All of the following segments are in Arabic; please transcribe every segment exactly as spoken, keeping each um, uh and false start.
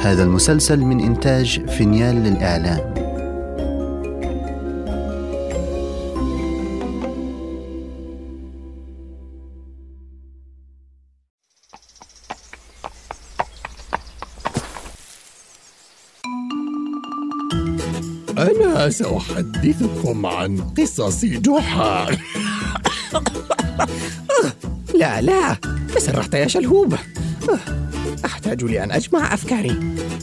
هذا المسلسل من إنتاج فينيال للإعلام. أنا سأحدثكم عن قصص جحا. لا لا تسرحت يا شلهوب، أحتاج لأن أجمع أفكاري.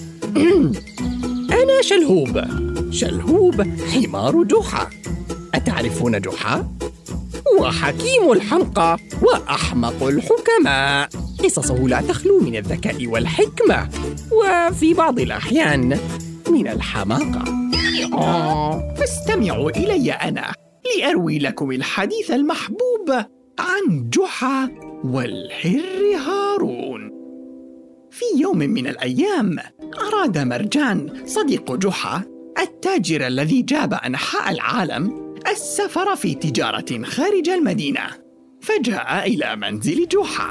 أنا شلهوب، شلهوب حمار جحا. أتعرفون جحا؟ هو حكيم الحمقى وأحمق الحكماء. قصصه لا تخلو من الذكاء والحكمة، وفي بعض الأحيان من الحماقة. فاستمعوا إلي أنا لأروي لكم الحديث المحبوب عن جحا والهر هارون. في يوم من الأيام أراد مرجان صديق جحا التاجر الذي جاب أنحاء العالم السفر في تجارة خارج المدينة، فجاء إلى منزل جحا.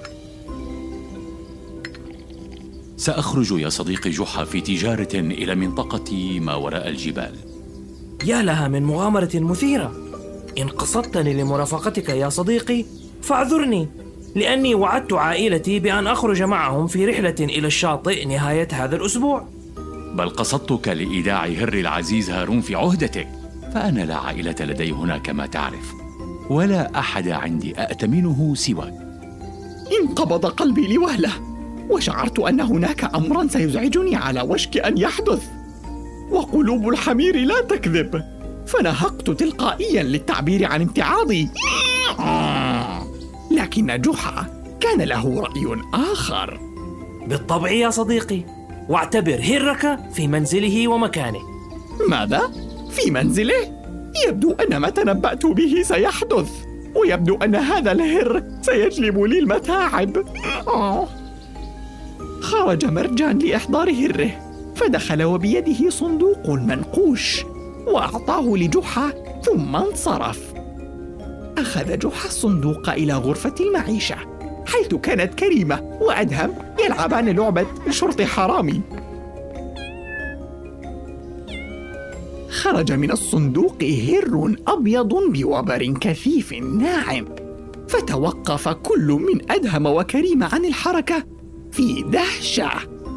سأخرج يا صديقي جحا في تجارة إلى منطقة ما وراء الجبال. يا لها من مغامرة مثيرة. إن قصدتني لمرافقتك يا صديقي فاعذرني، لأني وعدت عائلتي بأن أخرج معهم في رحلة إلى الشاطئ نهاية هذا الأسبوع. بل قصدتك لإيداع هر العزيز هارون في عهدتك، فأنا لا عائلة لدي هنا كما تعرف، ولا أحد عندي أأتمنه سواك. انقبض قلبي لوهلة، وشعرت أن هناك أمراً سيزعجني على وشك أن يحدث، وقلوب الحمير لا تكذب، فنهقت تلقائياً للتعبير عن امتعاضي. لكن جحا كان له رأي آخر. بالطبع يا صديقي، واعتبر هرك في منزله ومكانه. ماذا؟ في منزله؟ يبدو أن ما تنبأت به سيحدث، ويبدو أن هذا الهر سيجلب لي المتاعب. خرج مرجان لإحضار هره، فدخل وبيده صندوق منقوش وأعطاه لجحا ثم انصرف. أخذ جحا الصندوق إلى غرفة المعيشة، حيث كانت كريمة وأدهم يلعبان لعبة شرط حرامي. خرج من الصندوق هر أبيض بوبر كثيف ناعم، فتوقف كل من أدهم وكريمة عن الحركة في دهشة.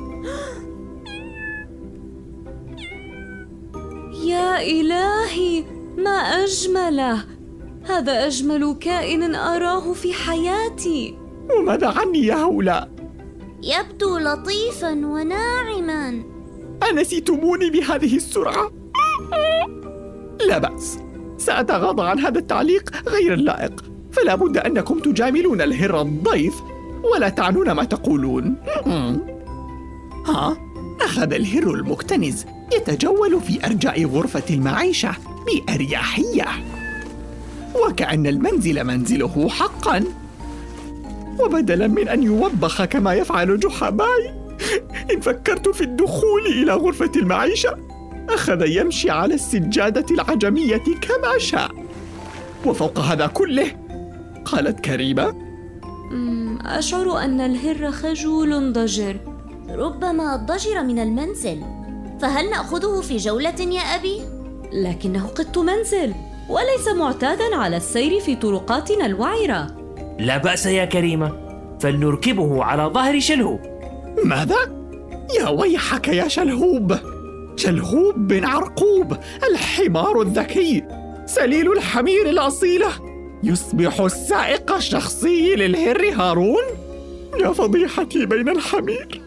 يا إلهي، ما أجمله! هذا أجمل كائن أراه في حياتي. وماذا عني يا هؤلاء؟ يبدو لطيفاً وناعماً. أنسيتموني بهذه السرعة؟ لا بأس، سأتغاضى عن هذا التعليق غير اللائق، فلا بد أنكم تجاملون الهر الضيف ولا تعنون ما تقولون. ها؟ أخذ الهر المكتنز يتجول في أرجاء غرفة المعيشة بأريحية، وكأن المنزل منزله حقاً. وبدلاً من أن يوبخ كما يفعل جحا معي، إن فكرت في الدخول إلى غرفة المعيشة أخذ يمشي على السجادة العجمية كما شاء. وفوق هذا كله، قالت كريمة: أشعر أن الهر خجول ضجر. ربما ضجر من المنزل، فهل نأخذه في جولة يا أبي؟ لكنه قط منزل وليس معتادا على السير في طرقاتنا الوعرة. لا بأس يا كريمة، فلنركبه على ظهر شلهوب. ماذا؟ يا ويحك يا شلهوب! شلهوب بن عرقوب الحمار الذكي سليل الحمير الأصيلة يصبح السائق الشخصي للهر هارون؟ يا فضيحتي بين الحمير.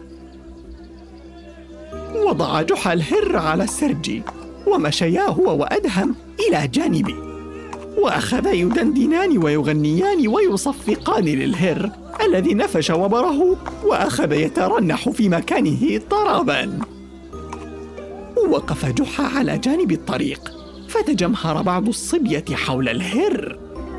وضع جحا الهر على السرج، ومشيا هو وأدهم إلى جانبي، وأخذا يدندنان ويغنيان ويصفقان للهر الذي نفش وبره وأخذ يترنح في مكانه طرباً. وقف جحا على جانب الطريق، فتجمهر بعض الصبية حول الهر.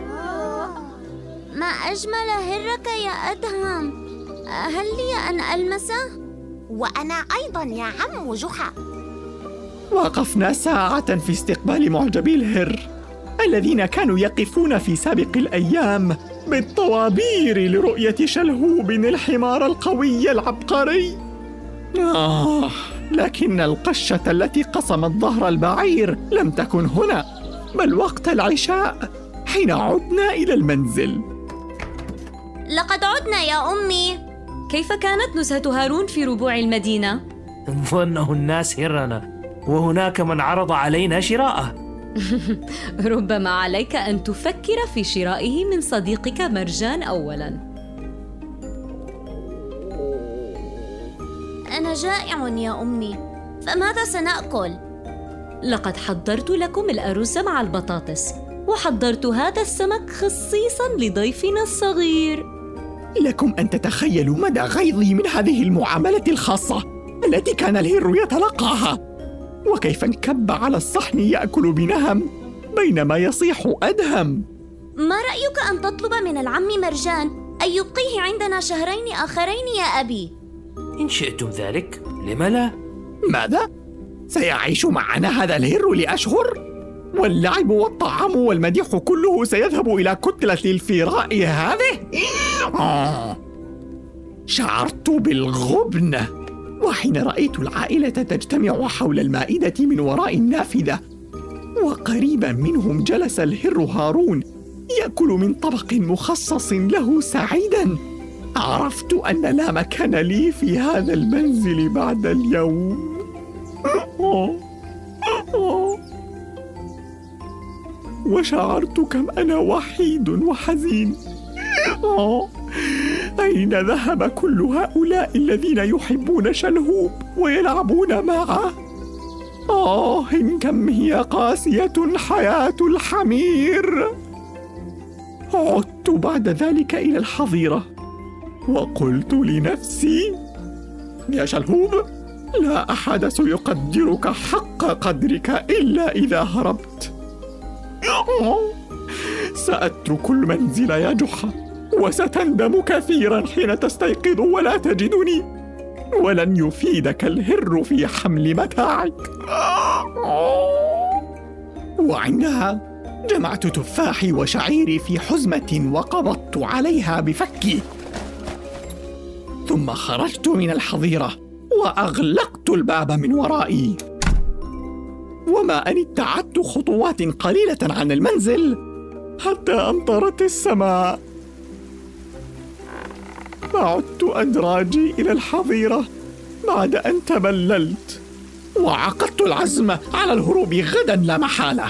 ما أجمل هرك يا أدهم، هل لي أن ألمسه؟ وأنا أيضاً يا عم جحا. وقفنا ساعة في استقبال معجبي الهر الذين كانوا يقفون في سابق الأيام بالطوابير لرؤية شلهوب الحمار القوي العبقري. آه، لكن القشة التي قصمت ظهر البعير لم تكن هنا، بل وقت العشاء حين عدنا إلى المنزل. لقد عدنا يا أمي. كيف كانت نزهة هارون في ربوع المدينة؟ ظنه الناس هرنا، وهناك من عرض علينا شراءه. ربما عليك أن تفكر في شرائه من صديقك مرجان أولاً. أنا جائع يا أمي، فماذا سنأكل؟ لقد حضرت لكم الأرز مع البطاطس، وحضرت هذا السمك خصيصاً لضيفنا الصغير. لكم أن تتخيلوا مدى غيظي من هذه المعاملة الخاصة التي كان الهر يتلقاها، وكيف انكب على الصحن يأكل بنهم بينما يصيح أدهم. ما رأيك أن تطلب من العم مرجان أن يبقيه عندنا شهرين آخرين يا أبي؟ إن شئتم ذلك، لم لا؟ ماذا؟ سيعيش معنا هذا الهر لأشهر؟ واللعب والطعام والمديح كله سيذهب إلى كتلة الفراء هذه؟ آه. شعرت بالغبن، وحين رأيت العائلة تجتمع حول المائدة من وراء النافذة، وقريبا منهم جلس الهر هارون يأكل من طبق مخصص له سعيدا، عرفت أن لا مكان لي في هذا المنزل بعد اليوم. وشعرت كم أنا وحيد وحزين. أين ذهب كل هؤلاء الذين يحبون شلهوب ويلعبون معه؟ آه، كم هي قاسية حياة الحمير. عدت بعد ذلك إلى الحظيرة وقلت لنفسي: يا شلهوب، لا أحد سيقدرك حق قدرك إلا إذا هربت. سأترك المنزل يا جحا، وستندم كثيرا حين تستيقظ ولا تجدني، ولن يفيدك الهر في حمل متاعك. وعندها جمعت تفاحي وشعيري في حزمة وقبضت عليها بفكي، ثم خرجت من الحظيرة وأغلقت الباب من ورائي. وما أن ابتعدت خطوات قليلة عن المنزل حتى أمطرت السماء، فعدت أدراجي إلى الحظيرة بعد أن تبللت، وعقدت العزم على الهروب غدا لا محالة.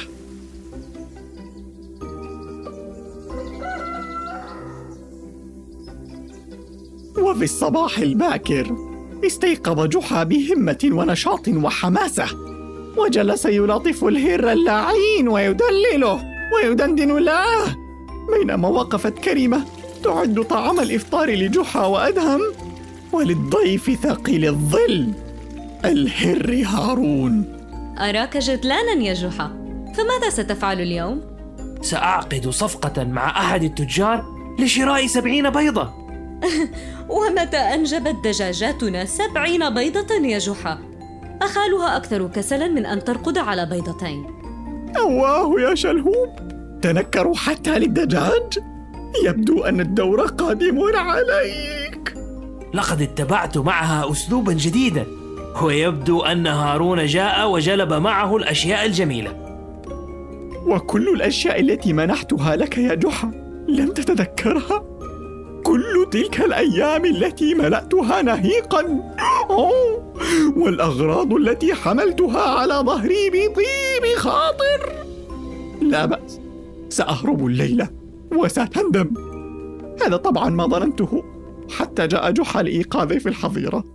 وفي الصباح الباكر استيقظ جحا بهمة ونشاط وحماسة، وجلس يلاطف الهر اللعين ويدلله ويدندن له، بينما وقفت كريمة تعد طعام الإفطار لجحا وأدهم وللضيف ثقيل الظل الهر هارون. أراك جدلانا يا جحا، فماذا ستفعل اليوم؟ سأعقد صفقة مع أحد التجار لشراء سبعين بيضة. ومتى أنجبت دجاجاتنا سبعين بيضة يا جحا؟ أخالها أكثر كسلا من أن ترقد على بيضتين. أواه يا شلهوب، تنكروا حتى للدجاج؟ يبدو أن الدور قادم عليك. لقد اتبعت معها أسلوبا جديدا، ويبدو أن هارون جاء وجلب معه الأشياء الجميلة. وكل الأشياء التي منحتها لك يا جحا لم تتذكرها؟ كل تلك الأيام التي ملأتها نهيقا، أوه، والأغراض التي حملتها على ظهري بطيب خاطر. لا بأس، سأهرب الليلة وستندم. هذا طبعا ما ظننته حتى جاء جحا لإيقاظي في الحظيرة.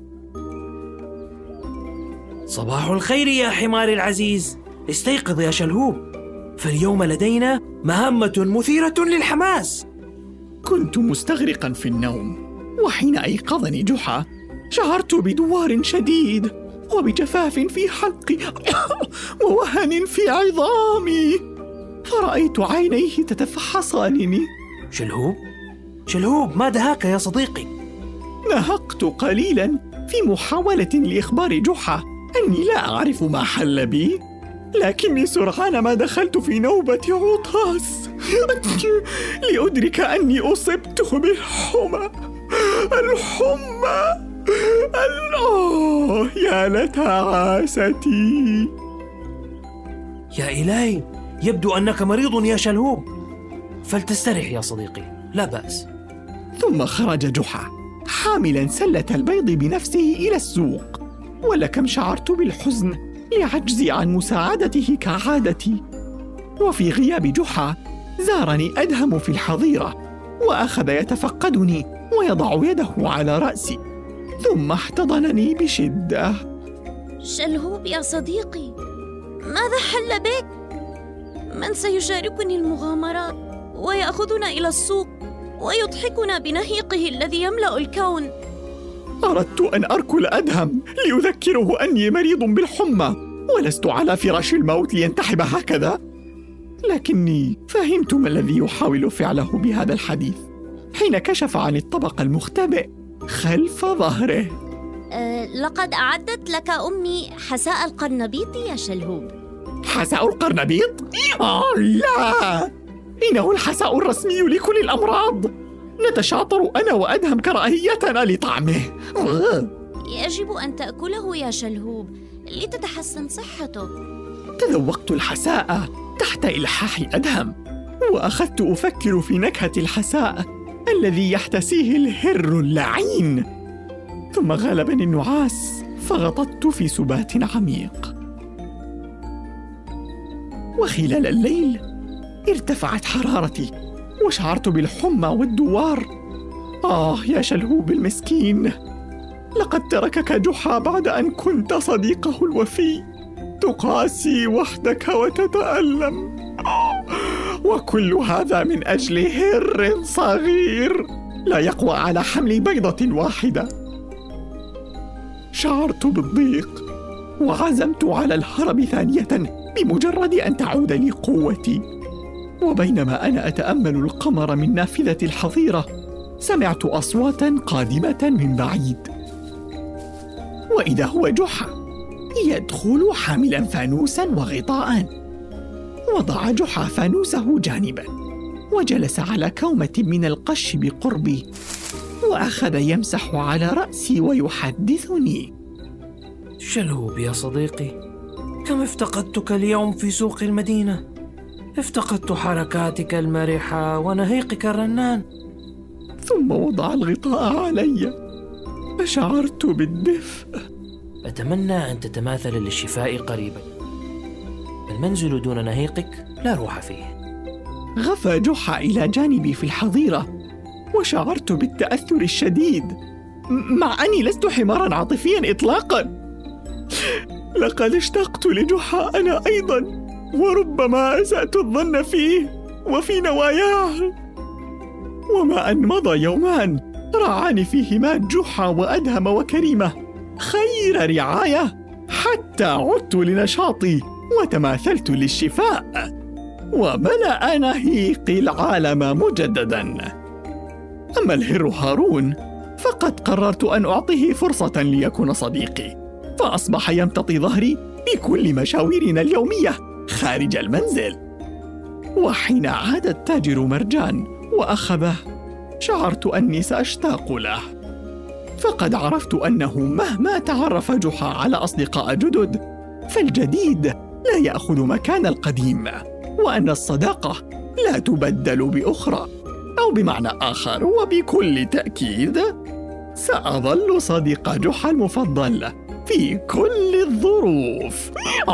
صباح الخير يا حماري العزيز، استيقظ يا شلهوب، فاليوم لدينا مهمة مثيرة للحماس. كنت مستغرقا في النوم، وحين أيقظني جحا شعرت بدوار شديد وبجفاف في حلقي ووهن في عظامي، فرأيت عينيه تتفحصانني. شلهوب شلهوب ما دهاك يا صديقي؟ نهقت قليلا في محاولة لإخبار جحا أني لا أعرف ما حل بي، لكني سرعان ما دخلت في نوبة عطاس لأدرك أني أصبت بالحمى. الحمى الآه آه يا لتعاستي. يا إلهي، يبدو أنك مريض يا شلهوب، فلتسترح يا صديقي، لا بأس. ثم خرج جحا حاملا سلة البيض بنفسه إلى السوق، ولكم شعرت بالحزن لعجزي عن مساعدته كعادتي. وفي غياب جحا زارني أدهم في الحظيرة، وأخذ يتفقدني ويضع يده على رأسي، ثم احتضنني بشدة. شلهوب يا صديقي، ماذا حل بك؟ من سيشاركني المغامرات ويأخذنا إلى السوق ويضحكنا بنهيقه الذي يملأ الكون؟ أردت أن أركل أدهم لأذكره أني مريض بالحمى ولست على فراش الموت لينتحب هكذا، لكني فهمت ما الذي يحاول فعله بهذا الحديث حين كشف عن الطبق المختبئ خلف ظهره. أه لقد أعدت لك أمي حساء القرنبيط يا شلهوب. حساء القرنبيط؟ آه لا، إنه الحساء الرسمي لكل الأمراض. نتشاطر أنا وأدهم كراهيتنا لطعمه. يجب أن تأكله يا شلهوب لتتحسن صحتك. تذوقت الحساء تحت إلحاح أدهم، وأخذت أفكر في نكهة الحساء الذي يحتسيه الهر اللعين، ثم غلبني النعاس فغطت في سبات عميق. وخلال الليل ارتفعت حرارتي وشعرت بالحمى والدوار. آه يا شلهوب المسكين، لقد تركك جحا بعد أن كنت صديقه الوفي، تقاسي وحدك وتتألم، وكل هذا من أجل هر صغير لا يقوى على حمل بيضة واحدة. شعرت بالضيق وعزمت على الهرب ثانية بمجرد أن تعود لي قوتي. وبينما أنا أتأمل القمر من نافذة الحظيرة سمعت أصواتا قادمة من بعيد، وإذا هو جحا يدخل حاملا فانوسا وغطاء. وضع جحا فانوسه جانبا وجلس على كومة من القش بقربي، وأخذ يمسح على رأسي ويحدثني. شلهوب يا صديقي، كم افتقدتك اليوم في سوق المدينة. افتقدت حركاتك المرحة ونهيقك الرنان. ثم وضع الغطاء علي فشعرت بالدفء. أتمنى أن تتماثل للشفاء قريبا. المنزل دون نهيقك لا روح فيه. غفى جحا إلى جانبي في الحظيرة وشعرت بالتأثر الشديد، مع أني لست حمارا عاطفيا إطلاقا. لقد اشتقت لجحا أنا أيضا، وربما أسأت الظن فيه وفي نواياه. وما أن مضى يومان رعاني فيهما جحا وأدهم وكريمة خير رعاية، حتى عدت لنشاطي وتماثلت للشفاء، وملأ نهيقي العالم مجددا. أما الهر هارون فقد قررت أن أعطيه فرصة ليكون صديقي، فأصبح يمتطي ظهري بكل مشاويرنا اليومية خارج المنزل. وحين عاد التاجر مرجان وأخذه شعرت أني سأشتاق له، فقد عرفت أنه مهما تعرف جحا على أصدقاء جدد فالجديد لا يأخذ مكان القديم، وأن الصداقة لا تبدل بأخرى، أو بمعنى آخر وبكل تأكيد سأظل صديق جحا المفضل في كل الظروف.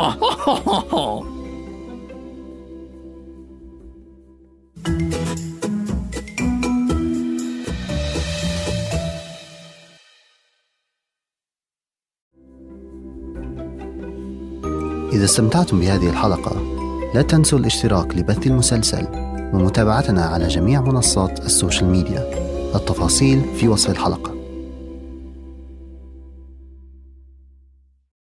إذا استمتعتم بهذه الحلقة لا تنسوا الاشتراك لبث المسلسل ومتابعتنا على جميع منصات السوشيال ميديا. التفاصيل في وصف الحلقة.